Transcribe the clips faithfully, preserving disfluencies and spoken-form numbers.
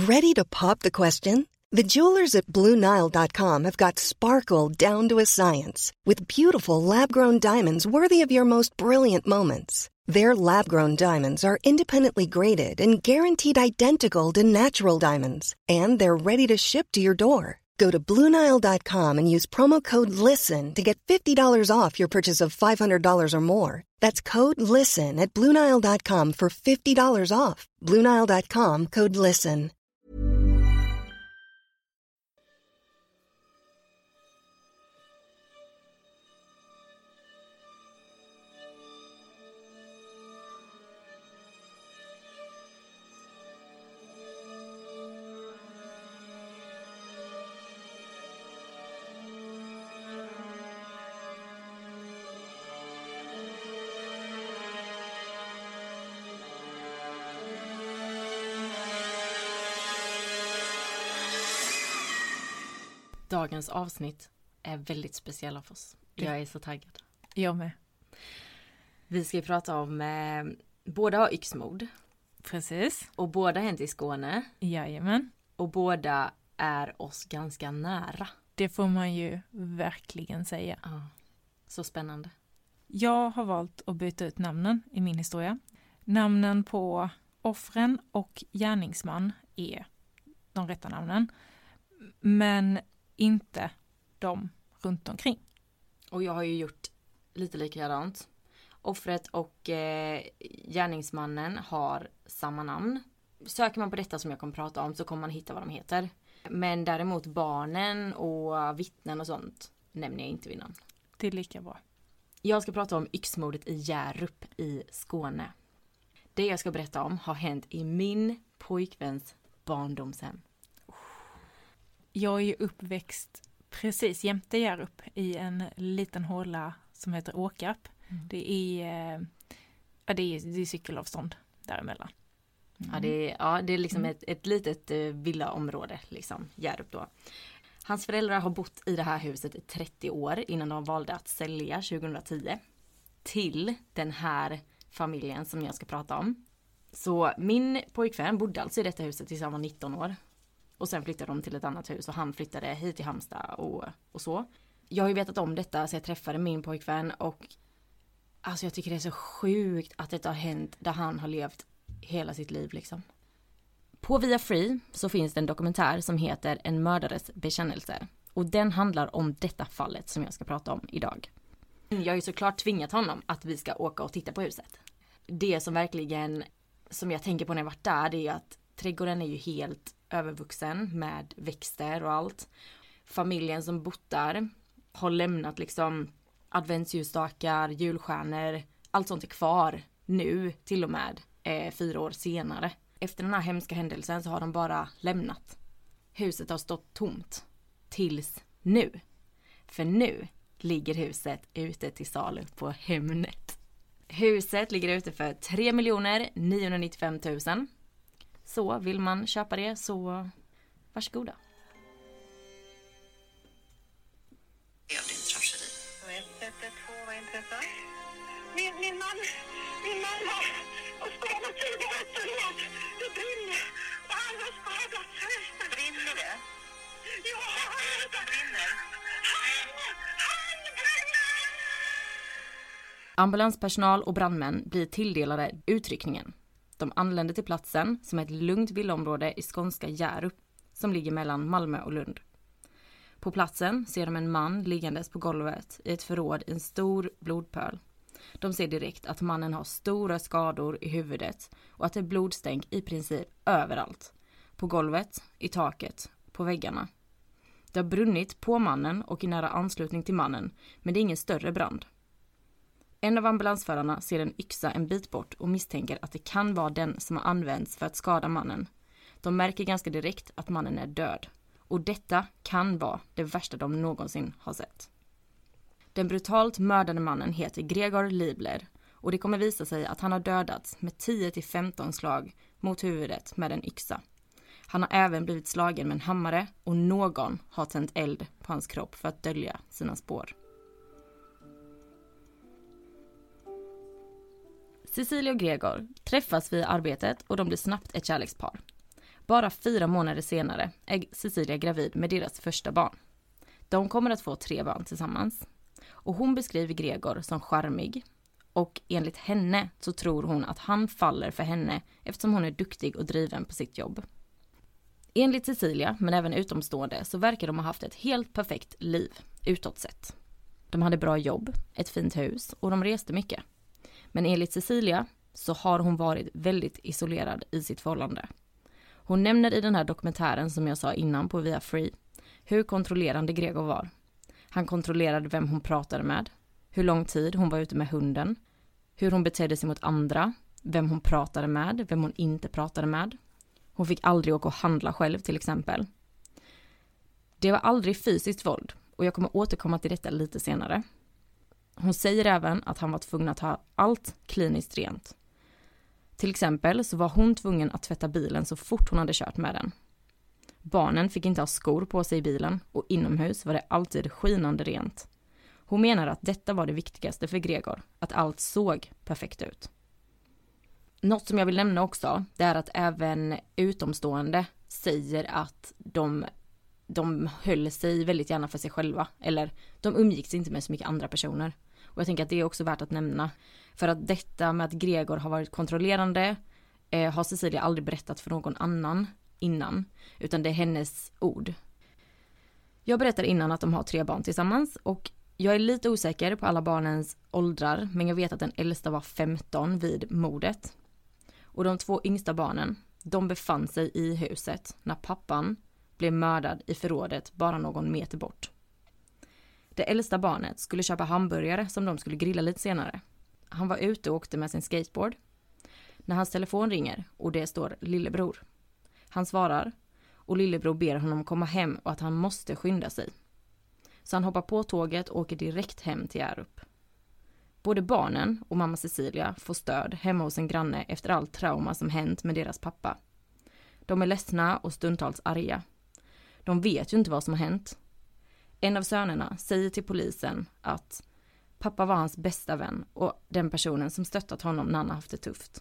Ready to pop the question? The jewelers at Blue Nile dot com have got sparkle down to a science with beautiful lab-grown diamonds worthy of your most brilliant moments. Their lab-grown diamonds are independently graded and guaranteed identical to natural diamonds, and they're ready to ship to your door. Go to Blue Nile dot com and use promo code LISTEN to get fifty dollars off your purchase of five hundred dollars or more. That's code LISTEN at Blue Nile dot com for fifty dollars off. Blue Nile dot com, code LISTEN. Dagens avsnitt är väldigt speciella för oss. Jag är så taggad. Jag med. Vi ska ju prata om eh, båda har yxmord. Precis. Och båda hänt i Skåne. Jajamän. Och båda är oss ganska nära. Det får man ju verkligen säga. Ja, så spännande. Jag har valt att byta ut namnen i min historia. Namnen på offren och gärningsman är de rätta namnen. Men inte de runt omkring. Och jag har ju gjort lite likadant. Offret och eh, gärningsmannen har samma namn. Söker man på detta som jag kommer prata om så kommer man hitta vad de heter. Men däremot barnen och vittnen och sånt nämner jag inte vid namn. Det är lika bra. Jag ska prata om yxmordet i Hjärup i Skåne. Det jag ska berätta om har hänt i min pojkväns barndomshem. Jag är ju uppväxt precis jämte Hjärup i en liten håla som heter Åkarp. Mm. Det är ja, det är, det är cykelavstånd däremellan. Mm. Ja, det är, ja, det är liksom mm. ett, ett litet uh, villaområde, liksom, Hjärup då. Hans föräldrar har bott i det här huset i trettio år innan de valde att sälja tjugohundratio till den här familjen som jag ska prata om. Så min pojkvän bodde alltså i detta huset tills han var nitton år. Och sen flyttade de till ett annat hus och han flyttade hit till Halmstad och, och så. Jag har ju vetat om detta så jag träffade min pojkvän och alltså jag tycker det är så sjukt att det har hänt där han har levt hela sitt liv liksom. På Via Free så finns det en dokumentär som heter En mördares bekännelser. Och den handlar om detta fallet som jag ska prata om idag. Jag har ju såklart tvingat honom att vi ska åka och titta på huset. Det som verkligen, som jag tänker på när jag varit där, det är att trädgården är ju helt övervuxen med växter och allt. Familjen som bott där har lämnat liksom adventsljusstakar, julstjärnor, allt sånt är kvar nu till och med eh, fyra år senare. Efter den här hemska händelsen så har de bara lämnat. Huset har stått tomt tills nu. För nu ligger huset ute till salu på Hemnet. Huset ligger ute för tre miljoner niohundranittiofem tusen. Så vill man köpa det så varsågoda. Det är en tragedi. ett ett två, vad inträffar? Min, min man, min man har, har skadat sig i vattnet. Det brinner och han har skadat sig. Brinner det? Ja, Vad är det som brinner? han, han brinner! Ambulanspersonal och brandmän blir tilldelade utryckningen. De anländer till platsen som är ett lugnt villaområde i skånska Hjärup som ligger mellan Malmö och Lund. På platsen ser de en man liggandes på golvet i ett förråd i en stor blodpöl. De ser direkt att mannen har stora skador i huvudet och att det är blodstänk i princip överallt. På golvet, i taket, på väggarna. Det har brunnit på mannen och i nära anslutning till mannen, men det är ingen större brand. En av ambulansförarna ser en yxa en bit bort och misstänker att det kan vara den som har använts för att skada mannen. De märker ganska direkt att mannen är död. Och detta kan vara det värsta de någonsin har sett. Den brutalt mördade mannen heter Gregor Libler och det kommer visa sig att han har dödats med tio till femton slag mot huvudet med en yxa. Han har även blivit slagen med en hammare och någon har tänt eld på hans kropp för att dölja sina spår. Cecilia och Gregor träffas vid arbetet och de blir snabbt ett kärlekspar. Bara fyra månader senare är Cecilia gravid med deras första barn. De kommer att få tre barn tillsammans. Och hon beskriver Gregor som charmig. Och enligt henne så tror hon att han faller för henne eftersom hon är duktig och driven på sitt jobb. Enligt Cecilia, men även utomstående, så verkar de ha haft ett helt perfekt liv utåt sett. De hade bra jobb, ett fint hus och de reste mycket. Men enligt Cecilia så har hon varit väldigt isolerad i sitt förhållande. Hon nämner i den här dokumentären som jag sa innan på Via Free hur kontrollerande Gregor var. Han kontrollerade vem hon pratade med, hur lång tid hon var ute med hunden, hur hon betedde sig mot andra, vem hon pratade med, vem hon inte pratade med. Hon fick aldrig åka och handla själv till exempel. Det var aldrig fysiskt våld och jag kommer återkomma till detta lite senare. Hon säger även att han var tvungen att ha allt kliniskt rent. Till exempel så var hon tvungen att tvätta bilen så fort hon hade kört med den. Barnen fick inte ha skor på sig i bilen och inomhus var det alltid skinande rent. Hon menar att detta var det viktigaste för Gregor, att allt såg perfekt ut. Något som jag vill nämna också, det är att även utomstående säger att de, de höll sig väldigt gärna för sig själva. Eller de umgicks inte med så mycket andra personer. Och jag tänker att det är också värt att nämna. För att detta med att Gregor har varit kontrollerande eh, har Cecilia aldrig berättat för någon annan innan. Utan det är hennes ord. Jag berättade innan att de har tre barn tillsammans och jag är lite osäker på alla barnens åldrar, men jag vet att den äldsta var femton vid mordet. Och de två yngsta barnen, de befann sig i huset när pappan blev mördad i förrådet bara någon meter bort. Det äldsta barnet skulle köpa hamburgare som de skulle grilla lite senare. Han var ute och åkte med sin skateboard. När hans telefon ringer och det står lillebror. Han svarar och lillebror ber honom komma hem och att han måste skynda sig. Så han hoppar på tåget och åker direkt hem till Hjärup. Både barnen och mamma Cecilia får stöd hemma hos en granne efter allt trauma som hänt med deras pappa. De är ledsna och stundtals arga. De vet ju inte vad som har hänt. En av sönerna säger till polisen att pappa var hans bästa vän och den personen som stöttat honom när han haft det tufft.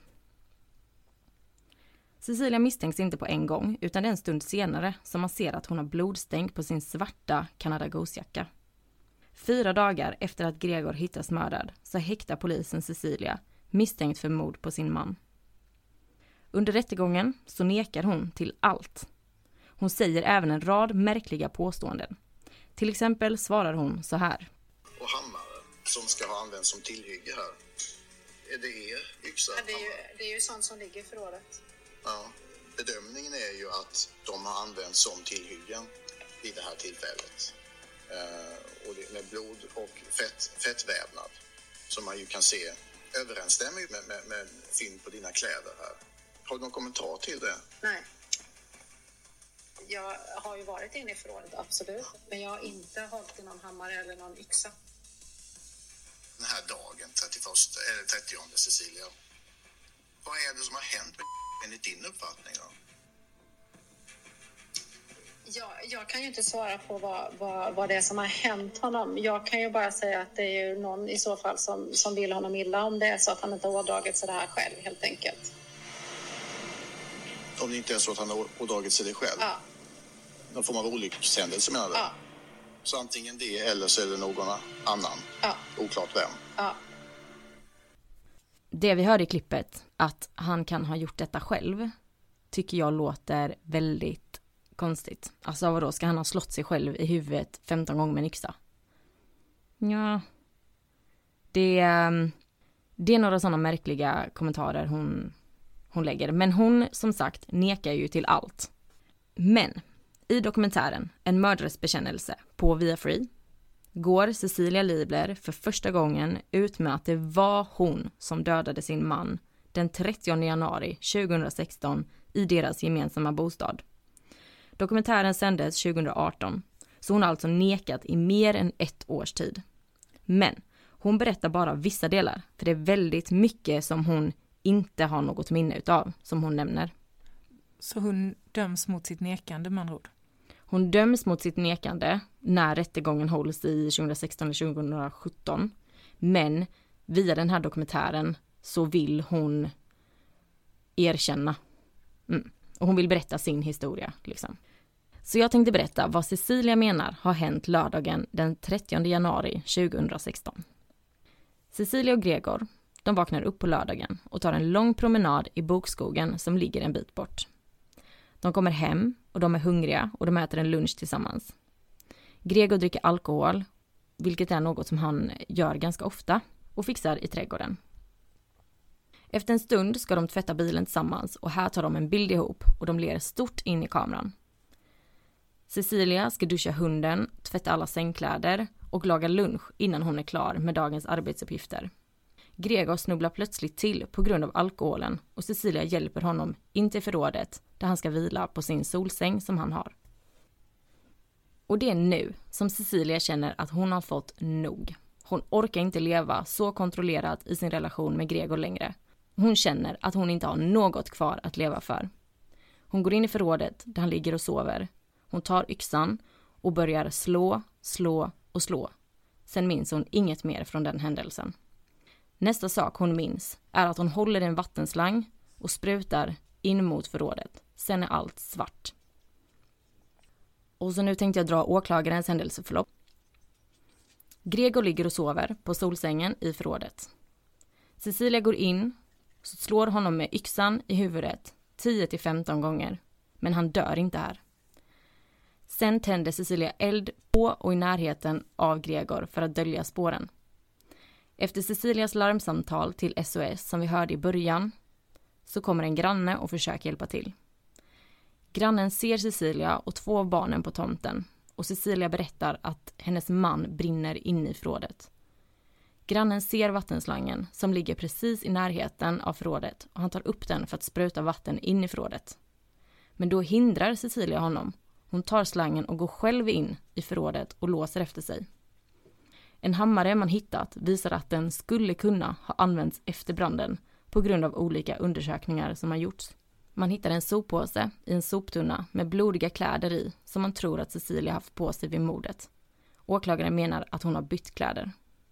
Cecilia misstänks inte på en gång utan det är en stund senare som man ser att hon har blodstänk på sin svarta Canada Goose-jacka. Fyra dagar efter att Gregor hittas mördad så häktar polisen Cecilia misstänkt för mord på sin man. Under rättegången så nekar hon till allt. Hon säger även en rad märkliga påståenden. Till exempel svarar hon så här. Och hammaren som ska ha använts som tillhygge här. Är det er yxa? Ja, det, är ju, det är ju sånt som ligger i förrådet. Ja, bedömningen är ju att de har använts som tillhyggen vid det här tillfället. Uh, och det med blod och fett, fettvävnad som man ju kan se överensstämmer med, med, med fynd på dina kläder här. Har du någon kommentar till det? Nej. Jag har ju varit inne i förrådet, absolut. Men jag har inte hållit i någon hammare eller någon yxa. Den här dagen, trettioförsta, eller trettionde Cecilia. Vad är det som har hänt med enligt din uppfattning då? Jag, jag kan ju inte svara på vad, vad, vad det är som har hänt honom. Jag kan ju bara säga att det är ju någon i så fall som, som vill honom illa om det är så att han inte har ådragit sig det här själv helt enkelt. Om det inte är så att han har ådragit sig det själv? Ja. Någon form av olyckshändelse menar du? Ja. Så antingen det eller så är det någon annan? Ja. Oklart vem? Ja. Det vi hörde i klippet, att han kan ha gjort detta själv, tycker jag låter väldigt konstigt. Alltså vadå, ska han ha slått sig själv i huvudet femton gånger med en yxa? Ja. Det, det är några sådana märkliga kommentarer hon, hon lägger. Men hon, som sagt, nekar ju till allt. Men i dokumentären En mördares bekännelse på Via Free går Cecilia Libler för första gången ut med att det var hon som dödade sin man den trettionde januari tjugohundrasexton i deras gemensamma bostad. Dokumentären sändes tjugohundraarton, så hon har alltså nekat i mer än ett års tid. Men hon berättar bara vissa delar, för det är väldigt mycket som hon inte har något minne utav, som hon nämner. Så hon döms mot sitt nekande med andra ord? Hon döms mot sitt nekande när rättegången hålls i tjugohundrasexton och tjugohundrasjutton. Men via den här dokumentären så vill hon erkänna. Mm. Och hon vill berätta sin historia liksom. Så jag tänkte berätta vad Cecilia menar har hänt lördagen den trettionde januari tjugohundrasexton. Cecilia och Gregor, de vaknar upp på lördagen och tar en lång promenad i bokskogen som ligger en bit bort. De kommer hem och de är hungriga och de äter en lunch tillsammans. Gregor dricker alkohol, vilket är något som han gör ganska ofta och fixar i trädgården. Efter en stund ska de tvätta bilen tillsammans och här tar de en bild ihop och de ler stort in i kameran. Cecilia ska duscha hunden, tvätta alla sängkläder och laga lunch innan hon är klar med dagens arbetsuppgifter. Gregor snubblar plötsligt till på grund av alkoholen och Cecilia hjälper honom in till förrådet där han ska vila på sin solsäng som han har. Och det är nu som Cecilia känner att hon har fått nog. Hon orkar inte leva så kontrollerat i sin relation med Gregor längre. Hon känner att hon inte har något kvar att leva för. Hon går in i förrådet där han ligger och sover. Hon tar yxan och börjar slå, slå och slå. Sen minns hon inget mer från den händelsen. Nästa sak hon minns är att hon håller en vattenslang och sprutar in mot förrådet. Sen är allt svart. Och så nu tänkte jag dra åklagarens händelseförlopp. Gregor ligger och sover på solsängen i förrådet. Cecilia går in och slår honom med yxan i huvudet tio till femton gånger. Men han dör inte här. Sen tänder Cecilia eld på och i närheten av Gregor för att dölja spåren. Efter Cecilias larmsamtal till S O S som vi hörde i början så kommer en granne och försöker hjälpa till. Grannen ser Cecilia och två av barnen på tomten och Cecilia berättar att hennes man brinner inne i förrådet. Grannen ser vattenslangen som ligger precis i närheten av förrådet och han tar upp den för att spruta vatten in i förrådet. Men då hindrar Cecilia honom. Hon tar slangen och går själv in i förrådet och låser efter sig. En hammare man hittat visar att den skulle kunna ha använts efter branden på grund av olika undersökningar som har gjorts. Man hittar en soppåse i en soptunna med blodiga kläder i som man tror att Cecilia haft på sig vid mordet. Åklagaren menar att hon har bytt kläder.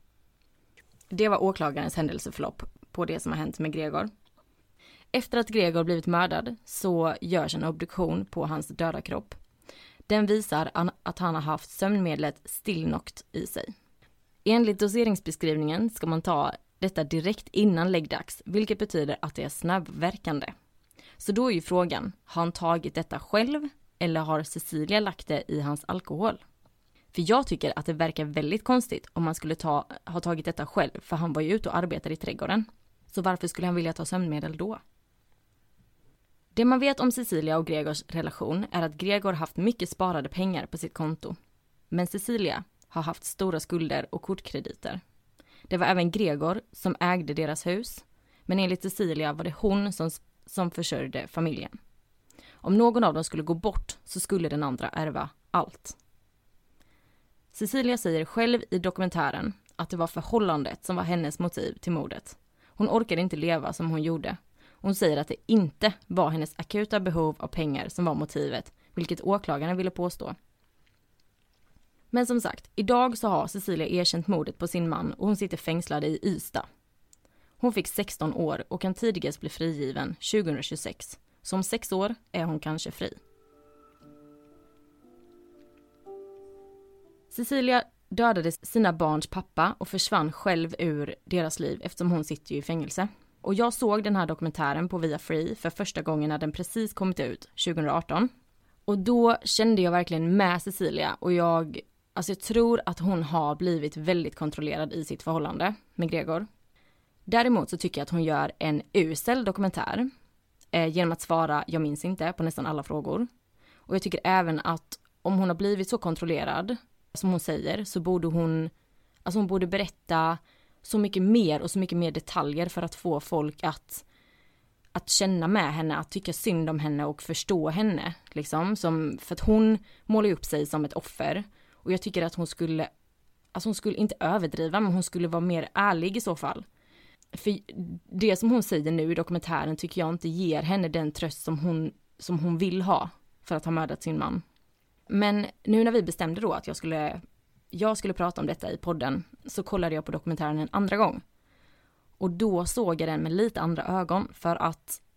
Det var åklagarens händelseförlopp på det som har hänt med Gregor. Efter att Gregor blivit mördad så görs en obduktion på hans döda kropp. Den visar att han har haft sömnmedlet Stilnoct i sig. Enligt doseringsbeskrivningen ska man ta detta direkt innan läggdags, vilket betyder att det är snabbverkande. Så då är ju frågan, har han tagit detta själv eller har Cecilia lagt det i hans alkohol? För jag tycker att det verkar väldigt konstigt om man skulle ta, ha tagit detta själv, för han var ju ute och arbetade i trädgården. Så varför skulle han vilja ta sömnmedel då? Det man vet om Cecilia och Gregors relation är att Gregor haft mycket sparade pengar på sitt konto. Men Cecilia har haft stora skulder och kortkrediter. Det var även Gregor som ägde deras hus, men enligt Cecilia var det hon som, som försörjde familjen. Om någon av dem skulle gå bort så skulle den andra ärva allt. Cecilia säger själv i dokumentären att det var förhållandet som var hennes motiv till mordet. Hon orkade inte leva som hon gjorde. Hon säger att det inte var hennes akuta behov av pengar som var motivet, vilket åklagaren ville påstå. Men som sagt, idag så har Cecilia erkänt mordet på sin man och hon sitter fängslad i Ystad. Hon fick sexton år och kan tidigast bli frigiven tjugohundratjugosex. Så om sex år är hon kanske fri. Cecilia dödade sina barns pappa och försvann själv ur deras liv eftersom hon sitter ju i fängelse. Och jag såg den här dokumentären på Via Free för första gången när den precis kommit ut tjugohundraarton. Och då kände jag verkligen med Cecilia och jag, alltså jag tror att hon har blivit väldigt kontrollerad i sitt förhållande med Gregor. Däremot så tycker jag att hon gör en usel dokumentär eh, genom att svara jag minns inte på nästan alla frågor. Och jag tycker även att om hon har blivit så kontrollerad som hon säger så borde hon, alltså hon borde berätta så mycket mer och så mycket mer detaljer för att få folk att, att känna med henne, att tycka synd om henne och förstå henne. Liksom. Som, för att hon målar upp sig som ett offer. Och jag tycker att hon skulle, alltså hon skulle inte överdriva, men hon skulle vara mer ärlig i så fall. För det som hon säger nu i dokumentären tycker jag inte ger henne den tröst som hon, som hon vill ha för att ha mördat sin man. Men nu när vi bestämde då att jag skulle, jag skulle prata om detta i podden så kollade jag på dokumentären en andra gång. Och då såg jag den med lite andra ögon för att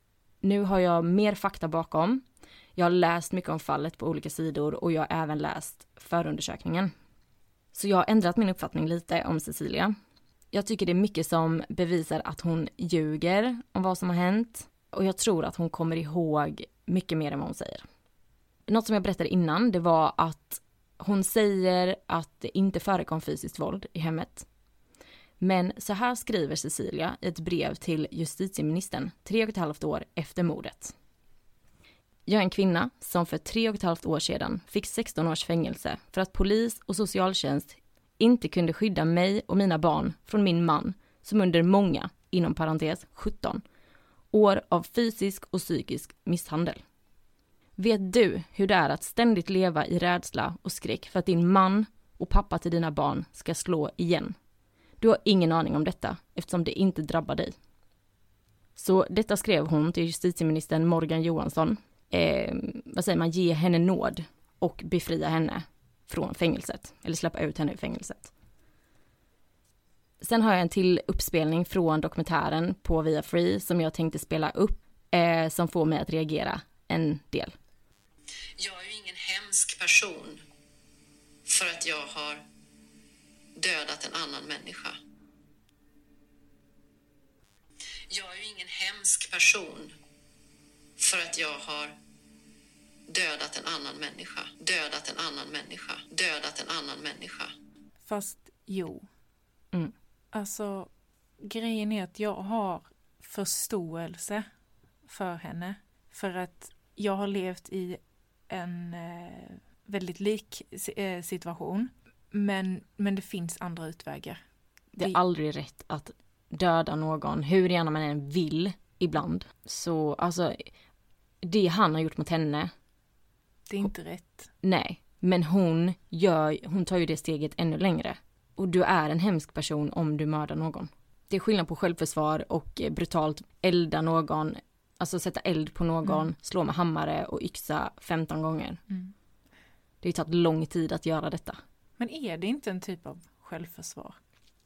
Nu har jag mer fakta bakom. Jag har läst mycket om fallet på olika sidor och jag har även läst förundersökningen. Så jag har ändrat min uppfattning lite om Cecilia. Jag tycker det är mycket som bevisar att hon ljuger om vad som har hänt. Och jag tror att hon kommer ihåg mycket mer än vad hon säger. Något som jag berättade innan, det var att hon säger att det inte förekom fysiskt våld i hemmet. Men så här skriver Cecilia i ett brev till justitieministern tre och ett halvt år efter mordet. Jag är en kvinna som för tre och ett halvt år sedan fick sexton års fängelse för att polis och socialtjänst inte kunde skydda mig och mina barn från min man som under många, inom parentes sjutton, år av fysisk och psykisk misshandel. Vet du hur det är att ständigt leva i rädsla och skräck för att din man och pappa till dina barn ska slå igen? Du har ingen aning om detta eftersom det inte drabbar dig. Så detta skrev hon till justitieministern Morgan Johansson. Eh, vad säger man? Ge henne nåd och befria henne från fängelset. Eller släppa ut henne ur fängelset. Sen har jag en till uppspelning från dokumentären på Via Free som jag tänkte spela upp. Eh, som får mig att reagera en del. Jag är ju ingen hemsk person för att jag har dödat en annan människa. Jag är ju ingen hemsk person för att jag har dödat en annan människa. Dödat en annan människa. Dödat en annan människa. Fast jo. Mm. Alltså, grejen är att jag har förståelse för henne. För att jag har levt i en eh, väldigt lik eh, situation. Men, men det finns andra utvägar. Det är det... aldrig rätt att döda någon, hur gärna man än vill ibland. Så alltså, det han har gjort mot henne. Det är inte rätt. Nej, men hon, gör, hon tar ju det steget ännu längre. Och du är en hemsk person om du mördar någon. Det är skillnad på självförsvar och brutalt elda någon. Alltså sätta eld på någon, mm. slå med hammare och yxa femton gånger. Mm. Det har tagit lång tid att göra detta. Men är det inte en typ av självförsvar?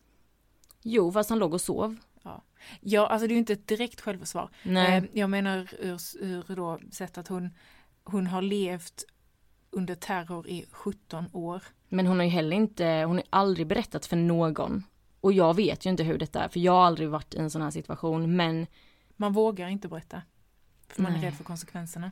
Jo, fast han låg och sov. Ja, ja alltså det är ju inte ett direkt självförsvar. Nej. Eh, jag menar ur, ur då sätt att hon, hon har levt under terror i sjutton år. Men hon har ju heller inte, hon har aldrig berättat för någon. Och jag vet ju inte hur detta är, för jag har aldrig varit i en sån här situation, men... Man vågar inte berätta, för man Nej. är rädd för konsekvenserna.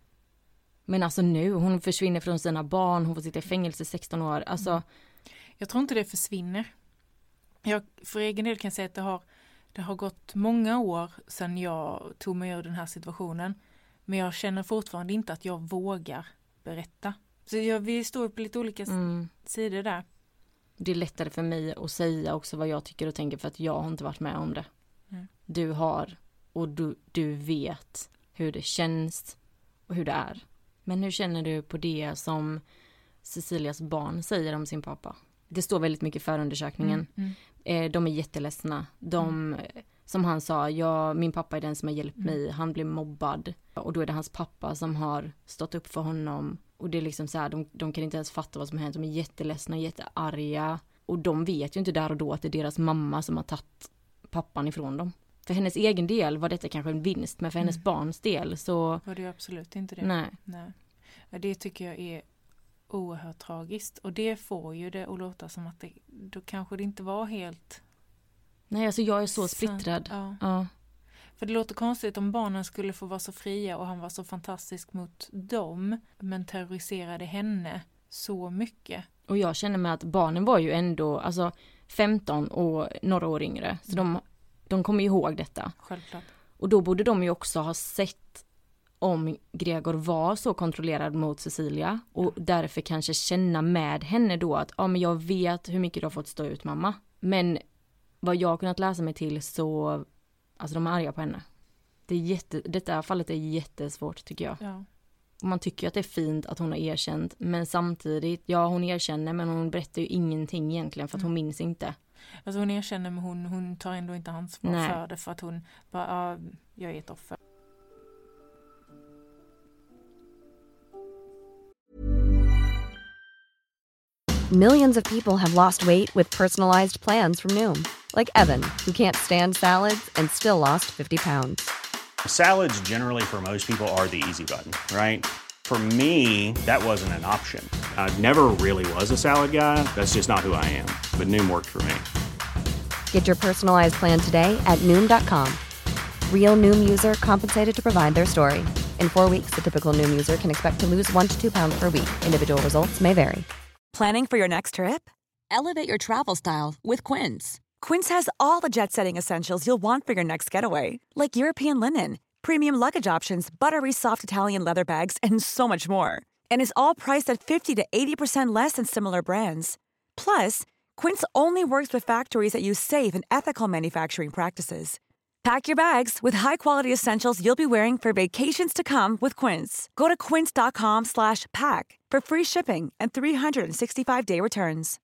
Men alltså nu, hon försvinner från sina barn, hon får sitta i fängelse sexton år. Alltså... Mm. Jag tror inte det försvinner. Jag för egen del kan säga att det har, det har gått många år sedan jag tog mig ur den här situationen. Men jag känner fortfarande inte att jag vågar berätta. Så jag, vi står på lite olika mm. sidor där. Det är lättare för mig att säga också vad jag tycker och tänker för att jag har inte varit med om det. Mm. Du har och du, du vet hur det känns och hur det är. Men hur känner du på det som Cecilias barn säger om sin pappa? Det står väldigt mycket i förundersökningen. Mm, mm. De är jätteledsna. De, mm. som han sa, ja, min pappa är den som har hjälpt mm. mig. Han blev mobbad. Och då är det hans pappa som har stått upp för honom. Och det är liksom så här, de, de kan inte ens fatta vad som har hänt. De är jätteledsna, jättearga. Och de vet ju inte där och då att det är deras mamma som har tagit pappan ifrån dem. För hennes egen del var detta kanske en vinst. Men för hennes mm. barns del så... Var det absolut inte det? Nej. Nej. Det tycker jag är oerhört tragiskt. Och det får ju det att låta som att det, då kanske det inte var helt... Nej, alltså jag är så splittrad. Ja. Ja. För det låter konstigt om barnen skulle få vara så fria och han var så fantastisk mot dem. Men terroriserade henne så mycket. Och jag känner mig att barnen var ju ändå alltså femton och några år yngre. Så mm. de, de kommer ju ihåg detta. Självklart. Och då borde de ju också ha sett om Gregor var så kontrollerad mot Cecilia. Och ja. därför kanske känna med henne då att ja, men jag vet hur mycket du har fått stå ut, mamma. Men vad jag har kunnat läsa mig till så... Alltså de är arga på henne. Det är jätte, detta fallet är jättesvårt tycker jag. Ja. Och man tycker att det är fint att hon har erkänt. Men samtidigt, ja hon erkänner men hon berättar ju ingenting egentligen för att hon mm. minns inte. Alltså hon erkänner men hon, hon tar ändå inte ansvar Nej. för det för att hon bara, ja, jag är ett offer. Millions of people have lost weight with personalized plans from Noom. Like Evan, who can't stand salads and still lost fifty pounds. Salads generally for most people are the easy button, right? For me, that wasn't an option. I never really was a salad guy. That's just not who I am. But Noom worked for me. Get your personalized plan today at Noom dot com. Real Noom user compensated to provide their story. In four weeks, the typical Noom user can expect to lose one to two pounds per week. Individual results may vary. Planning for your next trip? Elevate your travel style with Quince. Quince has all the jet-setting essentials you'll want for your next getaway, like European linen, premium luggage options, buttery soft Italian leather bags, and so much more. And is all priced at fifty to eighty percent less than similar brands. Plus, Quince only works with factories that use safe and ethical manufacturing practices. Pack your bags with high-quality essentials you'll be wearing for vacations to come with Quince. Go to quince dot com slash pack for free shipping and three sixty-five day returns.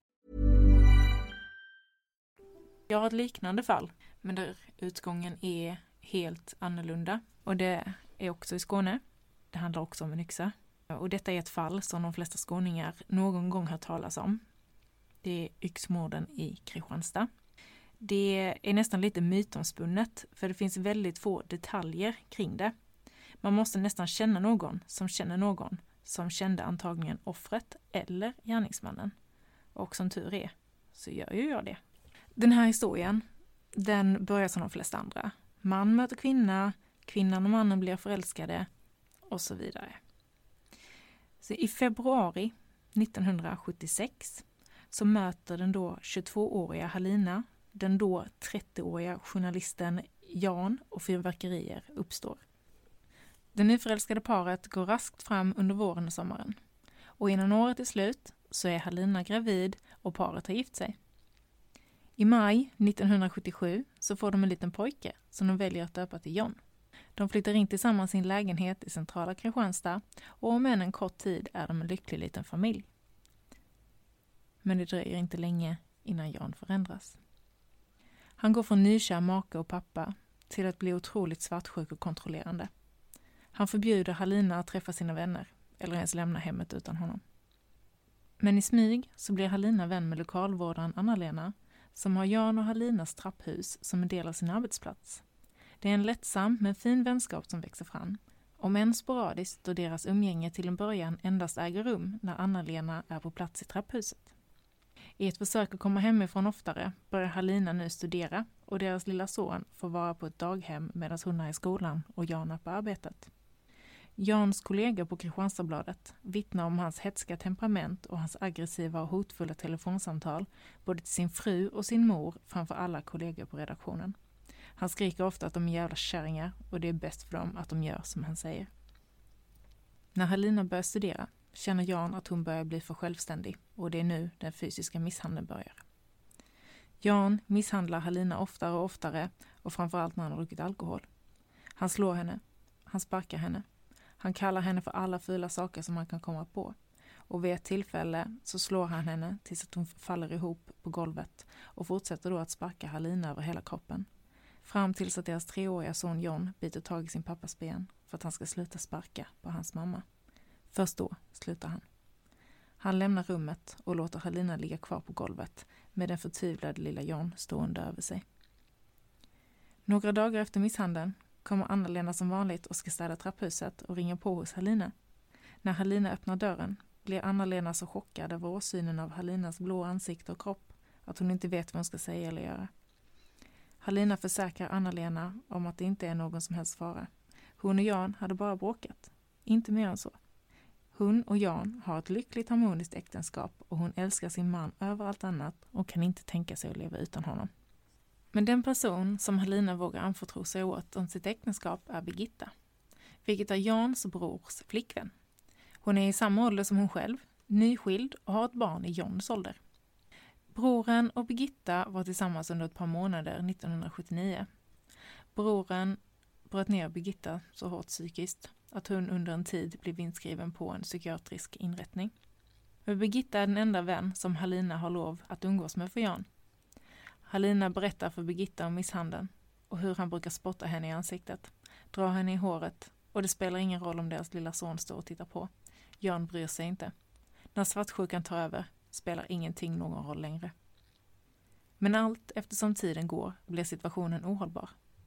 Jag har ett liknande fall, men där utgången är helt annorlunda. Och det är också i Skåne. Det handlar också om en yxa. Och detta är ett fall som de flesta skåningar någon gång har talas om. Det är yxmorden i Kristianstad. Det är nästan lite mytomspunnet, för det finns väldigt få detaljer kring det. Man måste nästan känna någon som känner någon som kände antagligen offret eller gärningsmannen. Och som tur är så gör ju jag det. Den här historien, den börjar som de flesta andra. Man möter kvinna, kvinnan och mannen blir förälskade och så vidare. Så i februari nittonhundrasjuttiosex så möter den då tjugotvååriga Halina den då trettioåriga journalisten Jan och fyrverkerier uppstår. Det nyförälskade paret går raskt fram under våren och sommaren. Och innan året är slut så är Halina gravid och paret har gift sig. I maj nittonhundrasjuttiosju så får de en liten pojke som de väljer att döpa till John. De flyttar in tillsammans i en lägenhet i centrala Kristianstad och om en kort tid är de en lycklig liten familj. Men det dröjer inte länge innan Jan förändras. Han går från nykär make och pappa till att bli otroligt svartsjuk och kontrollerande. Han förbjuder Halina att träffa sina vänner eller ens lämna hemmet utan honom. Men i smyg så blir Halina vän med lokalvårdaren Anna-Lena som har Jan och Halinas trapphus som en del av sin arbetsplats. Det är en lättsam men fin vänskap som växer fram. Om än sporadiskt då deras umgänge till en början endast äger rum när Anna-Lena är på plats i trapphuset. I ett försök att komma hemifrån oftare börjar Halina nu studera och deras lilla son får vara på ett daghem medan hon är i skolan och Jan är på arbetet. Jans kollegor på Kristianstadsbladet vittnar om hans hetska temperament och hans aggressiva och hotfulla telefonsamtal både till sin fru och sin mor framför alla kollegor på redaktionen. Han skriker ofta att de är jävla kärringar och det är bäst för dem att de gör som han säger. När Halina börjar studera känner Jan att hon börjar bli för självständig och det är nu den fysiska misshandeln börjar. Jan misshandlar Halina oftare och oftare och framförallt när han har druckit alkohol. Han slår henne, han sparkar henne, han kallar henne för alla fula saker som man kan komma på och vid ett tillfälle så slår han henne tills att hon faller ihop på golvet och fortsätter då att sparka Halina över hela kroppen. Fram tills att deras treåriga son John biter tag i sin pappas ben för att han ska sluta sparka på hans mamma. Först då slutar han. Han lämnar rummet och låter Halina ligga kvar på golvet med den förtvivlade lilla John stående över sig. Några dagar efter misshandeln kommer Anna-Lena som vanligt och ska städa trapphuset och ringer på hos Halina. När Halina öppnar dörren blir Anna-Lena så chockad över åsynen av Halinas blå ansikte och kropp att hon inte vet vad hon ska säga eller göra. Halina försäkrar Anna-Lena om att det inte är någon som helst fara. Hon och Jan hade bara bråkat. Inte mer än så. Hon och Jan har ett lyckligt harmoniskt äktenskap och hon älskar sin man över allt annat och kan inte tänka sig att leva utan honom. Men den person som Halina vågar anförtro sig åt om sitt äktenskap är Birgitta, vilket är Jans brors flickvän. Hon är i samma ålder som hon själv, nyskild och har ett barn i Johns ålder. Broren och Birgitta var tillsammans under ett par månader nittonhundrasjuttionio. Broren bröt ner Birgitta så hårt psykiskt att hon under en tid blev inskriven på en psykiatrisk inrättning. Men Birgitta är den enda vän som Halina har lov att umgås med för Jan. Halina berättar för Birgitta om misshandeln och hur han brukar spotta henne i ansiktet, dra henne i håret och det spelar ingen roll om deras lilla son står och tittar på. Jan bryr sig inte. När svartsjukan tar över spelar ingenting någon roll längre. Men allt eftersom tiden går blir situationen ohållbar.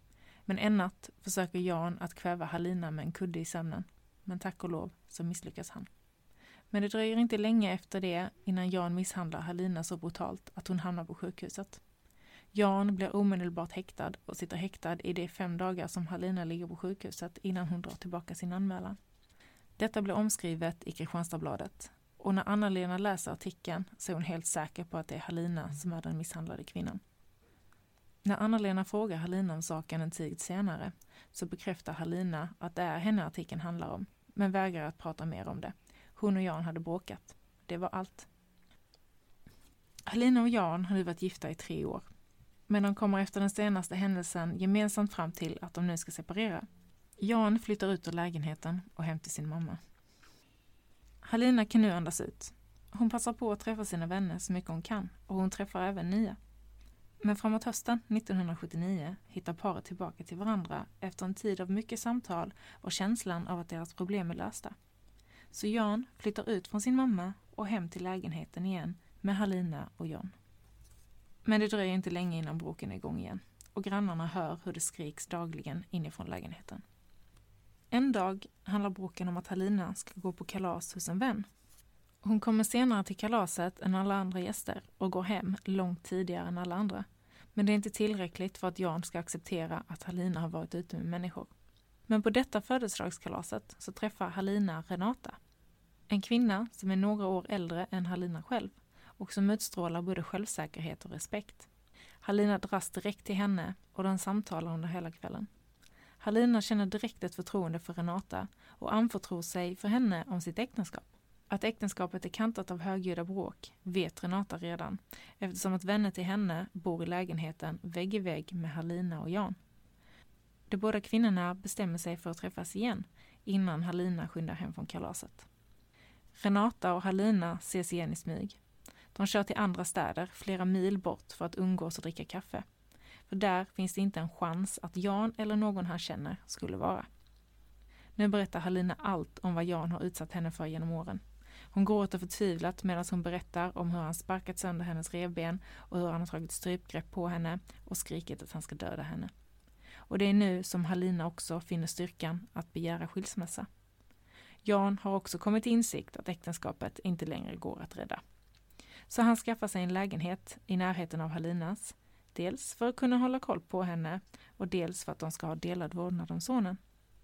Men en natt försöker Jan att kväva Halina med en kudde i sömnen. Men tack och lov så misslyckas han. Men det dröjer inte länge efter det innan Jan misshandlar Halina så brutalt att hon hamnar på sjukhuset. Jan blir omedelbart häktad och sitter häktad i de fem dagar som Halina ligger på sjukhuset innan hon drar tillbaka sin anmälan. Detta blir omskrivet i Kristianstadsbladet. Och när Anna-Lena läser artikeln så är hon helt säker på att det är Halina som är den misshandlade kvinnan. När Anna-Lena frågar Halina om saken en tid senare så bekräftar Halina att det är henne artikeln handlar om, men vägrar att prata mer om det. Hon och Jan hade bråkat. Det var allt. Halina och Jan hade varit gifta i tre år. Men de kommer efter den senaste händelsen gemensamt fram till att de nu ska separera. Jan flyttar ut ur lägenheten och hem till sin mamma. Halina kan nu andas ut. Hon passar på att träffa sina vänner så mycket hon kan och hon träffar även nya. Men framåt hösten nittonhundrasjuttionio hittar paret tillbaka till varandra efter en tid av mycket samtal och känslan av att deras problem är lösta. Så Jan flyttar ut från sin mamma och hem till lägenheten igen med Halina och Jan. Men det dröjer inte länge innan bråken är igång igen och grannarna hör hur det skriks dagligen inifrån lägenheten. En dag handlar bråken om att Halina ska gå på kalas hos en vän. Hon kommer senare till kalaset än alla andra gäster och går hem långt tidigare än alla andra. Men det är inte tillräckligt för att Jan ska acceptera att Halina har varit ute med människor. Men på detta födelsedagskalaset så träffar Halina Renata. En kvinna som är några år äldre än Halina själv och som utstrålar både självsäkerhet och respekt. Halina dras direkt till henne och de samtalar under hela kvällen. Halina känner direkt ett förtroende för Renata och anförtror sig för henne om sitt äktenskap. Att äktenskapet är kantat av högljudda bråk vet Renata redan eftersom att vänner till henne bor i lägenheten vägg i vägg med Halina och Jan. De båda kvinnorna bestämmer sig för att träffas igen innan Halina skyndar hem från kalaset. Renata och Halina ses igen i smyg. De kör till andra städer flera mil bort för att umgås och dricka kaffe. För där finns det inte en chans att Jan eller någon han känner skulle vara. Nu berättar Halina allt om vad Jan har utsatt henne för genom åren. Hon gråter förtvivlat medan hon berättar om hur han sparkat sönder hennes revben och hur han har tagit strypgrepp på henne och skrikit att han ska döda henne. Och det är nu som Halina också finner styrkan att begära skilsmässa. Jan har också kommit till insikt att äktenskapet inte längre går att rädda. Så han skaffar sig en lägenhet i närheten av Halinas, dels för att kunna hålla koll på henne och dels för att de ska ha delad vårdnad om sonen.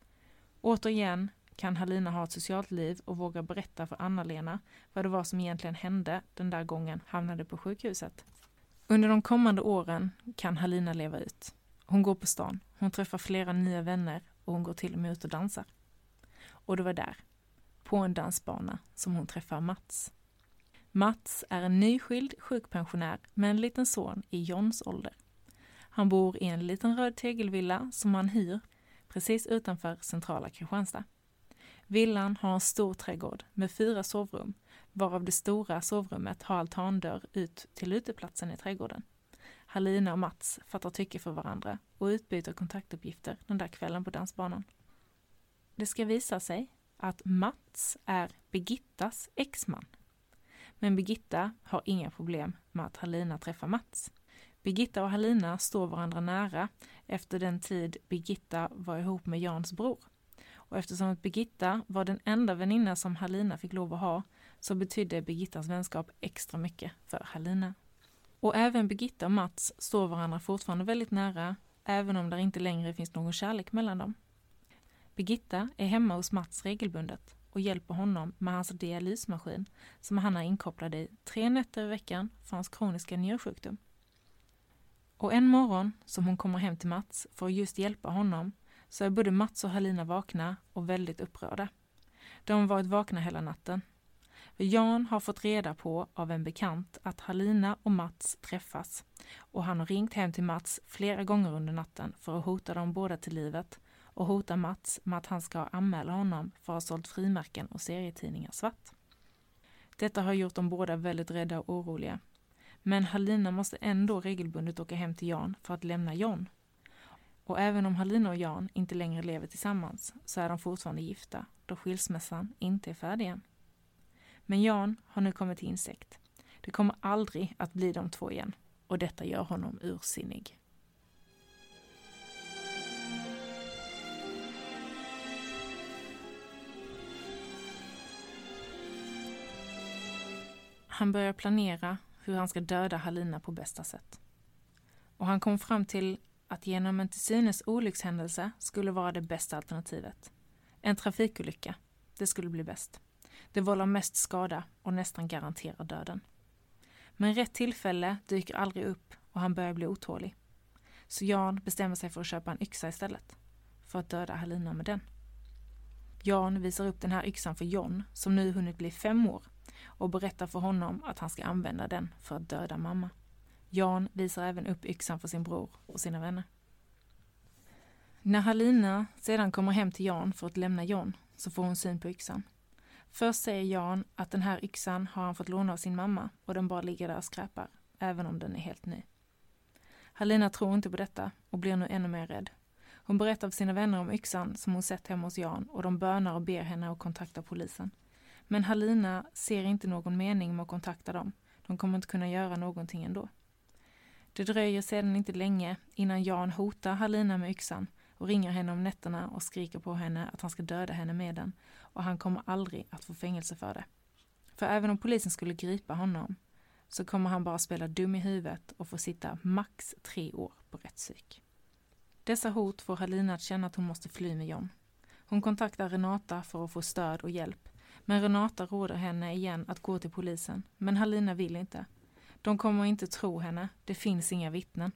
Återigen kan Halina ha ett socialt liv och våga berätta för Anna-Lena vad det var som egentligen hände den där gången hamnade på sjukhuset. Under de kommande åren kan Halina leva ut. Hon går på stan, hon träffar flera nya vänner och hon går till och med ut och dansar. Och det var där, på en dansbana, som hon träffar Mats. Mats är en nyskild sjukpensionär med en liten son i Johns ålder. Han bor i en liten röd tegelvilla som han hyr precis utanför centrala Kristianstad. Villan har en stor trädgård med fyra sovrum, varav det stora sovrummet har altandörr ut till uteplatsen i trädgården. Halina och Mats fattar tycke för varandra och utbyter kontaktuppgifter den där kvällen på dansbanan. Det ska visa sig att Mats är Birgittas exman. Men Birgitta har inga problem med att Halina träffar Mats. Birgitta och Halina står varandra nära efter den tid Birgitta var ihop med Jans bror. Och eftersom att Birgitta var den enda väninna som Halina fick lov att ha så betydde Birgittas vänskap extra mycket för Halina. Och även Birgitta och Mats står varandra fortfarande väldigt nära även om det inte längre finns någon kärlek mellan dem. Birgitta är hemma hos Mats regelbundet och hjälper honom med hans dialysmaskin som han är inkopplad i tre nätter i veckan för hans kroniska njursjukdom. Och en morgon som hon kommer hem till Mats för att just hjälpa honom så är både Mats och Halina vakna och väldigt upprörda. De har varit vakna hela natten. Jan har fått reda på av en bekant att Halina och Mats träffas och han har ringt hem till Mats flera gånger under natten för att hota dem båda till livet och hota Mats med att han ska anmäla honom för att ha sålt frimärken och serietidningar svart. Detta har gjort dem båda väldigt rädda och oroliga. Men Halina måste ändå regelbundet åka hem till Jan för att lämna John. Och även om Halina och Jan inte längre lever tillsammans så är de fortfarande gifta då skilsmässan inte är färdig än. Men Jan har nu kommit till insikt. Det kommer aldrig att bli de två igen och detta gör honom ursinnig. Han börjar planera hur han ska döda Halina på bästa sätt. Och han kom fram till att genom en till synes olyckshändelse skulle vara det bästa alternativet. En trafikolycka, det skulle bli bäst. Det vållar mest skada och nästan garanterar döden. Men rätt tillfälle dyker aldrig upp och han börjar bli otålig. Så Jan bestämmer sig för att köpa en yxa istället. För att döda Halina med den. Jan visar upp den här yxan för John som nu hunnit bli fem år. Och berättar för honom att han ska använda den för att döda mamma. Jan visar även upp yxan för sin bror och sina vänner. När Halina sedan kommer hem till Jan för att lämna John så får hon syn på yxan. Först säger Jan att den här yxan har han fått låna av sin mamma och den bara ligger där och skräpar, även om den är helt ny. Halina tror inte på detta och blir nu ännu mer rädd. Hon berättar för sina vänner om yxan som hon sett hemma hos Jan och de bönar och ber henne att kontakta polisen. Men Halina ser inte någon mening med att kontakta dem. De kommer inte kunna göra någonting ändå. Det dröjer sedan inte länge innan Jan hotar Halina med yxan och ringer henne om nätterna och skriker på henne att han ska döda henne med den och han kommer aldrig att få fängelse för det. För även om polisen skulle gripa honom så kommer han bara spela dum i huvudet och få sitta max tre år på rättspsyk. Dessa hot får Halina att känna att hon måste fly med John. Hon kontaktar Renata för att få stöd och hjälp. Men Renata råder henne igen att gå till polisen. Men Halina vill inte. De kommer inte tro henne. Det finns inga vittnen.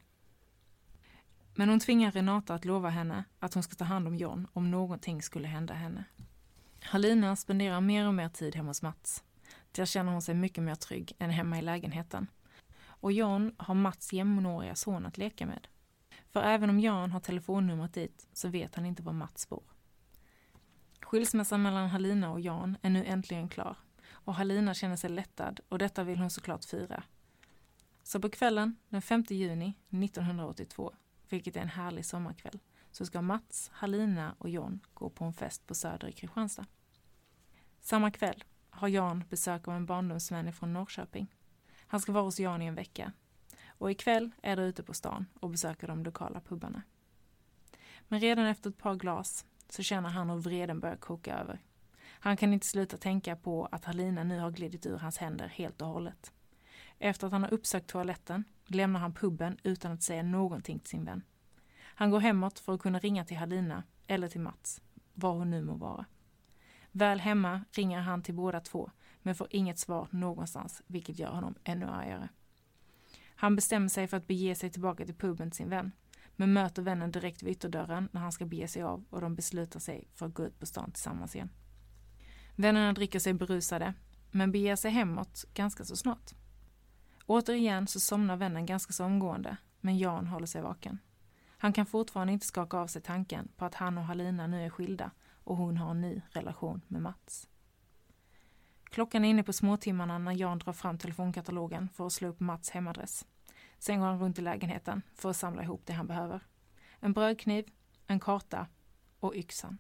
Men hon tvingar Renata att lova henne att hon ska ta hand om John om någonting skulle hända henne. Halina spenderar mer och mer tid hemma hos Mats. Där känner hon sig mycket mer trygg än hemma i lägenheten. Och John har Mats jämnåriga son att leka med. För även om Jan har telefonnumret dit så vet han inte var Mats bor. Skilsmässan mellan Halina och Jan är nu äntligen klar. Och Halina känner sig lättad och detta vill hon såklart fira. Så på kvällen den femte juni nittonhundraåttiotvå, vilket är en härlig sommarkväll, så ska Mats, Halina och Jan gå på en fest på Söder i Kristianstad. Samma kväll har Jan besök av en barndomsvän från Norrköping. Han ska vara hos Jan i en vecka. Och ikväll är det ute på stan och besöker de lokala pubbarna. Men redan efter ett par glas så känner han hur vreden börjar koka över. Han kan inte sluta tänka på att Halina nu har glidit ur hans händer helt och hållet. Efter att han har uppsökt toaletten lämnar han pubben utan att säga någonting till sin vän. Han går hemåt för att kunna ringa till Halina eller till Mats, var hon nu må vara. Väl hemma ringer han till båda två men får inget svar någonstans, vilket gör honom ännu argare. Han bestämmer sig för att bege sig tillbaka till puben till sin vän, men möter vännen direkt vid ytterdörren när han ska bege sig av och de beslutar sig för att gå ut på stan tillsammans igen. Vännerna dricker sig berusade, men beger sig hemåt ganska så snart. Återigen så somnar vännen ganska så omgående, men Jan håller sig vaken. Han kan fortfarande inte skaka av sig tanken på att han och Halina nu är skilda och hon har en ny relation med Mats. Klockan är inne på småtimmarna när Jan drar fram telefonkatalogen för att slå upp Mats hemadress. Sen går han runt i lägenheten för att samla ihop det han behöver. En brödkniv, en karta och yxan.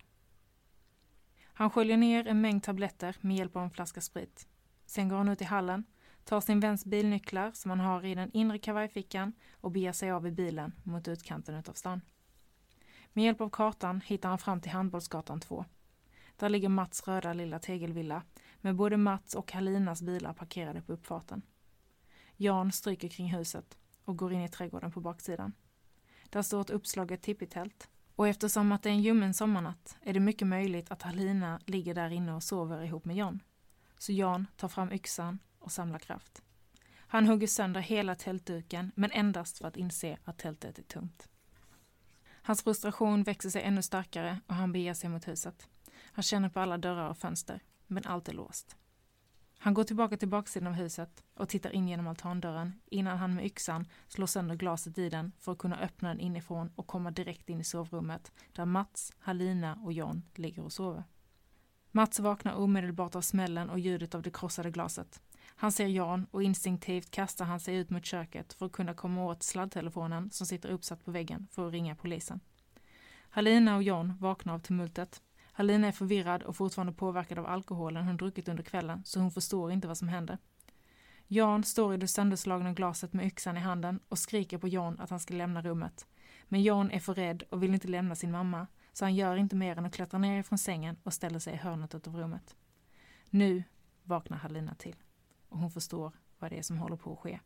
Han sköljer ner en mängd tabletter med hjälp av en flaska sprit. Sen går han ut i hallen, tar sin väns bilnycklar som han har i den inre kavajfickan och beger sig av i bilen mot utkanten utav stan. Med hjälp av kartan hittar han fram till Handbollsgatan två. Där ligger Mats röda lilla tegelvilla med både Mats och Halinas bilar parkerade på uppfarten. Jan stryker kring huset och går in i trädgården på baksidan. Där står ett uppslaget tippitält och eftersom att det är en ljummen sommarnatt är det mycket möjligt att Halina ligger där inne och sover ihop med Jan. Så Jan tar fram yxan och samlar kraft. Han hugger sönder hela tältduken men endast för att inse att tältet är tomt. Hans frustration växer sig ännu starkare och han beger sig mot huset. Han känner på alla dörrar och fönster, men allt är låst. Han går tillbaka till baksidan av huset och tittar in genom altandörren innan han med yxan slår sönder glaset i den för att kunna öppna den inifrån och komma direkt in i sovrummet där Mats, Halina och Jan ligger och sover. Mats vaknar omedelbart av smällen och ljudet av det krossade glaset. Han ser Jan och instinktivt kastar han sig ut mot köket för att kunna komma åt sladdtelefonen som sitter uppsatt på väggen för att ringa polisen. Halina och Jan vaknar av tumultet. Halina är förvirrad och fortfarande påverkad av alkoholen hon druckit under kvällen så hon förstår inte vad som händer. Jan står i det sönderslagna glaset med yxan i handen och skriker på Jan att han ska lämna rummet. Men Jan är för rädd och vill inte lämna sin mamma så han gör inte mer än att klättra ner ifrån sängen och ställer sig i hörnet av rummet. Nu vaknar Halina till och hon förstår vad det är som håller på att ske.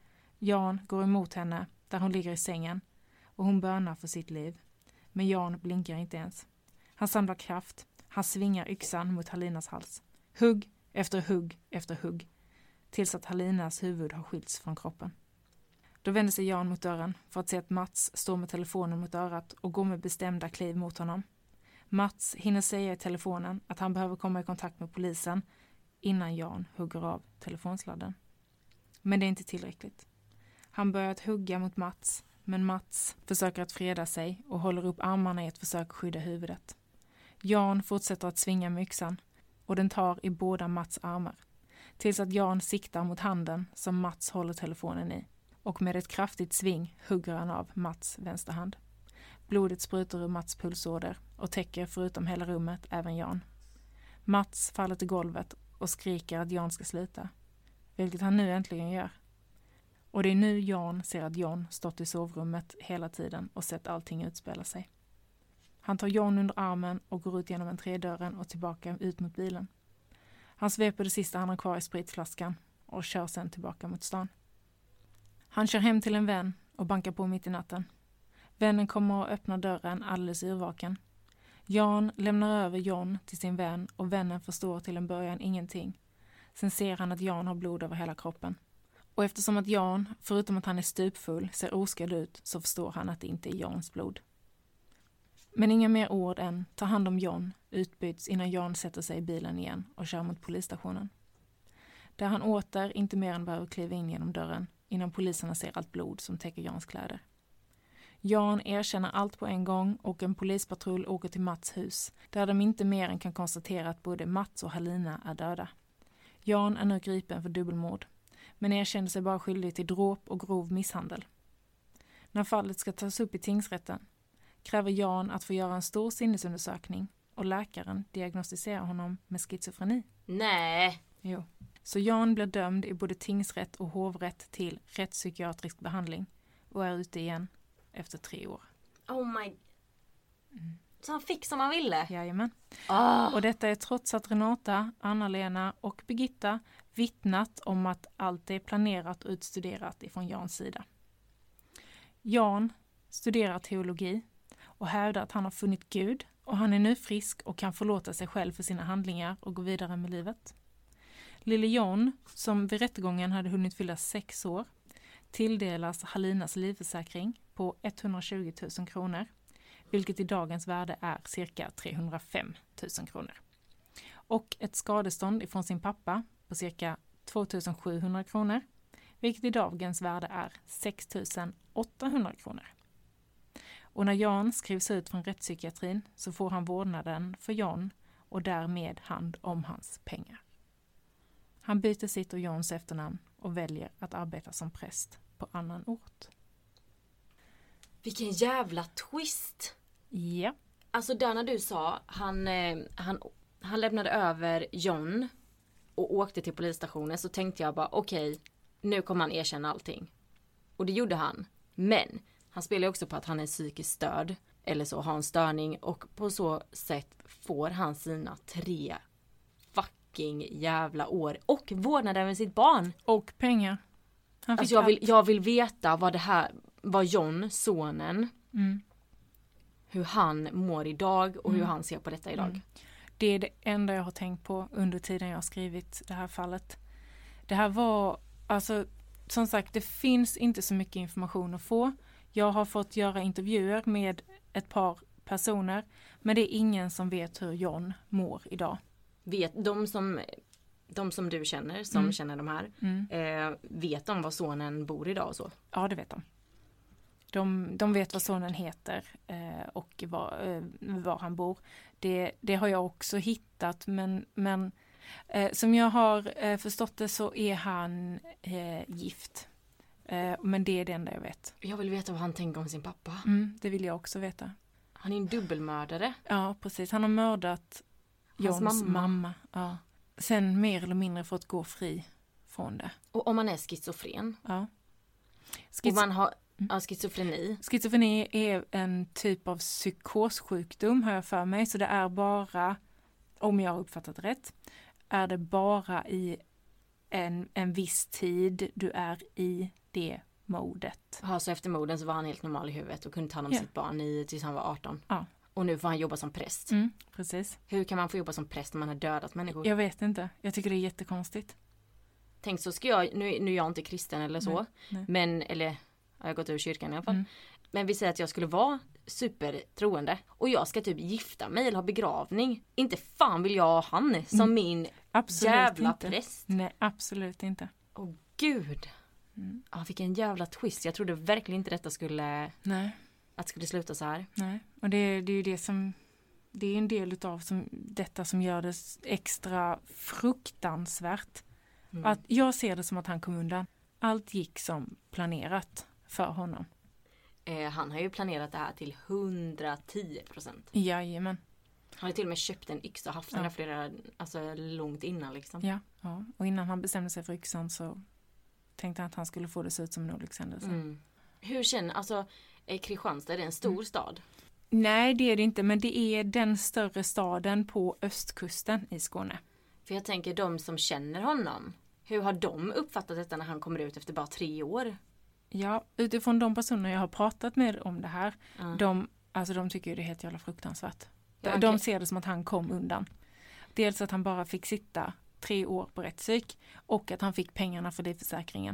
Jan går emot henne där hon ligger i sängen och hon bönar för sitt liv. Men Jan blinkar inte ens. Han samlar kraft. Han svingar yxan mot Halinas hals. Hugg efter hugg efter hugg. Tills att Halinas huvud har skilts från kroppen. Då vänder sig Jan mot dörren för att se att Mats står med telefonen mot örat och går med bestämda kliv mot honom. Mats hinner säga i telefonen att han behöver komma i kontakt med polisen innan Jan hugger av telefonsladden. Men det är inte tillräckligt. Han börjar att hugga mot Mats, men Mats försöker att freda sig och håller upp armarna i ett försök att skydda huvudet. Jan fortsätter att svinga med yxan och den tar i båda Mats armar. Tills att Jan siktar mot handen som Mats håller telefonen i. Och med ett kraftigt sving hugger han av Mats vänsterhand. Blodet sprutar ur Mats pulsåder och täcker förutom hela rummet även Jan. Mats faller till golvet och skriker att Jan ska sluta. Vilket han nu äntligen gör. Och det är nu Jan ser att Jan stått i sovrummet hela tiden och sett allting utspela sig. Han tar Jan under armen och går ut genom entrédörren och tillbaka ut mot bilen. Han sveper det sista han har kvar i spritflaskan och kör sen tillbaka mot stan. Han kör hem till en vän och bankar på mitt i natten. Vännen kommer och öppnar dörren alldeles yrvaken. Jan lämnar över Jon till sin vän och vännen förstår till en början ingenting. Sen ser han att Jan har blod över hela kroppen. Och eftersom att Jan, förutom att han är stupfull, ser oskadd ut så förstår han att det inte är Jans blod. Men inga mer ord än ta hand om Jon utbyts innan Jan sätter sig i bilen igen och kör mot polisstationen. Där han åter inte mer än behöver kliva in genom dörren innan poliserna ser allt blod som täcker Jans kläder. Jan erkänner allt på en gång och en polispatrull åker till Mats hus där de inte mer än kan konstatera att både Mats och Halina är döda. Jan är nu gripen för dubbelmord men erkänner sig bara skyldig till dråp och grov misshandel. När fallet ska tas upp i tingsrätten kräver Jan att få göra en stor sinnesundersökning och läkaren diagnostiserar honom med schizofreni. Nej. Jo. Så Jan blir dömd i både tingsrätt och hovrätt till rättspsykiatrisk behandling och är ute igen efter tre år. Oh my... Mm. Så han fick som han ville? Jajamän. Oh. Och detta är trots att Renata, Anna-Lena och Birgitta vittnat om att allt är planerat och utstuderat ifrån Jans sida. Jan studerar teologi och hävdar att han har funnit Gud och han är nu frisk och kan förlåta sig själv för sina handlingar och gå vidare med livet. Lille Jon, som vid rättegången hade hunnit fylla sex år, tilldelas Halinas livförsäkring på etthundratjugo tusen kronor, vilket i dagens värde är cirka trehundrafem tusen kronor. Och ett skadestånd ifrån sin pappa på cirka tvåtusensjuhundra kronor, vilket i dagens värde är sex tusen åttahundra kronor. Och när Jan skrivs ut från rättspsykiatrin så får han vårdnaden för Jon och därmed hand om hans pengar. Han byter sitt och Jons efternamn och väljer att arbeta som präst på annan ort. Vilken jävla twist! Ja. Alltså där när du sa, han, eh, han, han lämnade över Jon och åkte till polisstationen så tänkte jag bara okej, okay, nu kommer han erkänna allting. Och det gjorde han. Men han spelar också på att han är psykiskt störd eller så har en störning och på så sätt får han sina tre fucking jävla år och vårdnaden med sitt barn. Och pengar. Han fick alltså jag vill, jag vill veta vad det här, vad Jon, sonen, mm. hur han mår idag och hur mm. han ser på detta idag. Mm. Det är det enda jag har tänkt på under tiden jag har skrivit det här fallet. Det här var, alltså som sagt, det finns inte så mycket information att få. Jag har fått göra intervjuer med ett par personer, men det är ingen som vet hur Jon mår idag. Vet de som, de som du känner, som mm. känner de här, mm. eh, vet de var sonen bor idag och så? Ja, det vet de. De, de vet vad sonen heter eh, och var, eh, var han bor. Det, det har jag också hittat, men, men eh, som jag har eh, förstått det så är han eh, gift. Eh, men det är det enda jag vet. Jag vill veta vad han tänker om sin pappa. Mm, det vill jag också veta. Han är en dubbelmördare. Ja, precis. Han har mördat Jons mamma. mamma. Ja. Sen mer eller mindre fått gå fri från det. Och om man är schizofren? Ja. Schiz- och man har ja, schizofreni? Schizofreni är en typ av psykossjukdom har jag för mig. Så det är bara, om jag har uppfattat rätt, är det bara i en, en viss tid du är i det modet. Ja, så efter morden så var han helt normal i huvudet och kunde ta hand om Ja. sitt barn i, tills han var arton. Ja. Och nu får han jobba som präst. Mm, precis. Hur kan man få jobba som präst när man har dödat människor? Jag vet inte. Jag tycker det är jättekonstigt. Tänk så ska jag, nu, nu är jag inte kristen eller så. Nej, nej. Men, eller jag har gått ur kyrkan i alla fall. Mm. Men vi säger att jag skulle vara supertroende. Och jag ska typ gifta mig eller ha begravning. Inte fan vill jag ha han som Mm. min Absolut jävla inte. präst. Nej, absolut inte. Åh gud. Mm. Ja, vilken jävla twist. Jag trodde verkligen inte detta skulle, Nej. att det skulle sluta så här. Nej. Och det, det är ju det som, det är en del utav som, detta som gör det extra fruktansvärt. Mm. Att jag ser det som att han kom undan. Allt gick som planerat för honom. Eh, han har ju planerat det här till hundratio procent. Jajamän. Han har till och med köpt en yxa och haft den Ja. där flera, alltså långt innan liksom. Ja, ja. Och innan han bestämde sig för yxan så tänkte han att han skulle få det se ut som en olyckshändelse. Mm. Hur känner, alltså är Kristianstad, är det en stor Mm. stad? Nej, det är det inte, men det är den större staden på östkusten i Skåne. För jag tänker de som känner honom, hur har de uppfattat detta när han kommer ut efter bara tre år? Ja, utifrån de personer jag har pratat med om det här, Ja. de, alltså de tycker ju det är helt jävla fruktansvärt. Ja, De okej. ser det som att han kom undan. Dels att han bara fick sitta tre år på rättspsyk och att han fick pengarna för livförsäkringen.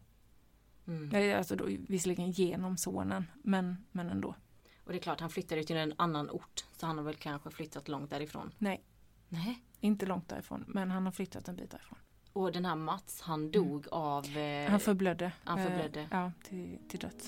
Mm. Alltså då, visserligen genom sonen, men, men ändå. Och det är klart, han flyttade till en annan ort. Så han har väl kanske flyttat långt därifrån. Nej, Nej. inte långt därifrån, men han har flyttat en bit därifrån. Och den här Mats, han dog av... Eh, Han förblödde. han förblödde. Eh, ja, till, till döds.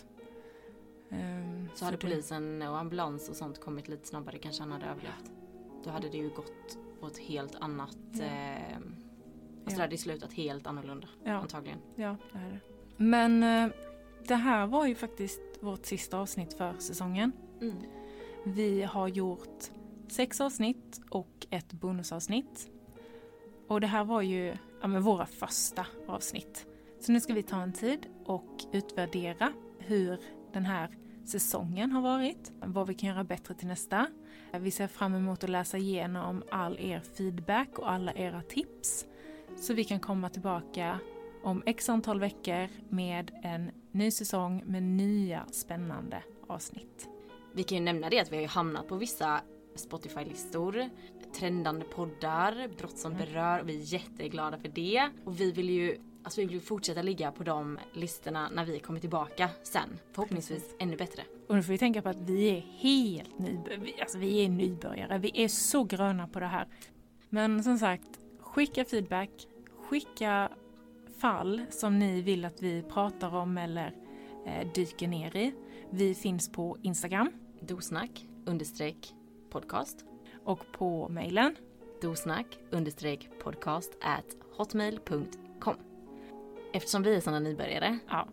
Ehm, så hade det- polisen och ambulans och sånt kommit lite snabbare, kanske han hade överlevt. Då hade det ju gått på ett helt annat... Ja. Eh, alltså Ja. det hade slutat helt annorlunda, Ja. antagligen. Ja, det är det. Men eh, det här var ju faktiskt vårt sista avsnitt för säsongen. Mm. Vi har gjort sex avsnitt och ett bonusavsnitt. Och det här var ju ja, men våra första avsnitt. Så nu ska vi ta en tid och utvärdera hur den här säsongen har varit. Vad vi kan göra bättre till nästa. Vi ser fram emot att läsa igenom all er feedback och alla era tips. Så vi kan komma tillbaka om x antal veckor med en ny säsong med nya spännande avsnitt. Vi kan ju nämna det att vi har ju hamnat på vissa Spotify-listor, trendande poddar, brott som berör, och vi är jätteglada för det. Och vi vill ju alltså vi vill ju fortsätta ligga på de listorna när vi kommer tillbaka sen. Förhoppningsvis Precis. ännu bättre. Och nu får vi tänka på att vi är helt nybörjare. Alltså vi är nybörjare. Vi är så gröna på det här. Men som sagt, skicka feedback. Skicka fall som ni vill att vi pratar om eller eh, dyker ner i. Vi finns på Instagram. Dosnack understreck podcast. Och på mejlen. Dosnack understreck podcast at hotmail punkt com. Eftersom vi är sådana nybörjare Ja.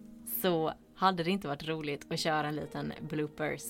så hade det inte varit roligt att köra en liten bloopers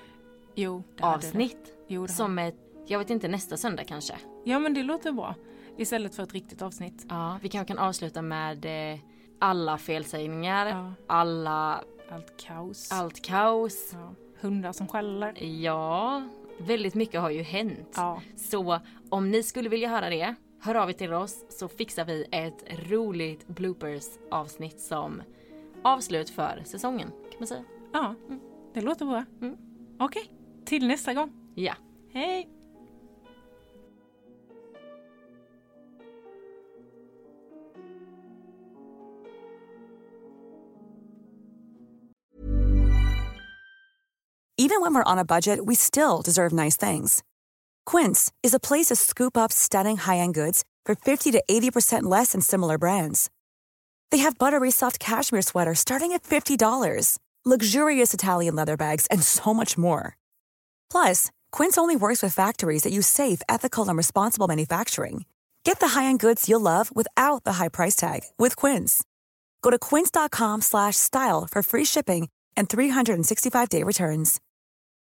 Jo, det hade avsnitt. det. Jo, det Som ett, jag vet inte, nästa söndag kanske. Ja, men det låter bra. Istället för ett riktigt avsnitt. Ja, vi kanske kan avsluta med eh, alla felsägningar, Ja. alla, Allt kaos. allt kaos. Ja. Hundar som skäller. Ja, väldigt mycket har ju hänt. Ja. Så om ni skulle vilja höra det, hör av er till oss så fixar vi ett roligt bloopers avsnitt som avslut för säsongen, kan man säga. Ja, det låter bra. Mm. Okej, till nästa gång. Ja. Hej! Even when we're on a budget, we still deserve nice things. Quince is a place to scoop up stunning high-end goods for fifty to eighty percent less than similar brands. They have buttery soft cashmere sweaters starting at fifty dollars, luxurious Italian leather bags, and so much more. Plus, Quince only works with factories that use safe, ethical, and responsible manufacturing. Get the high-end goods you'll love without the high price tag with Quince. Go to quince dot com slash style for free shipping and three hundred sixty-five day returns.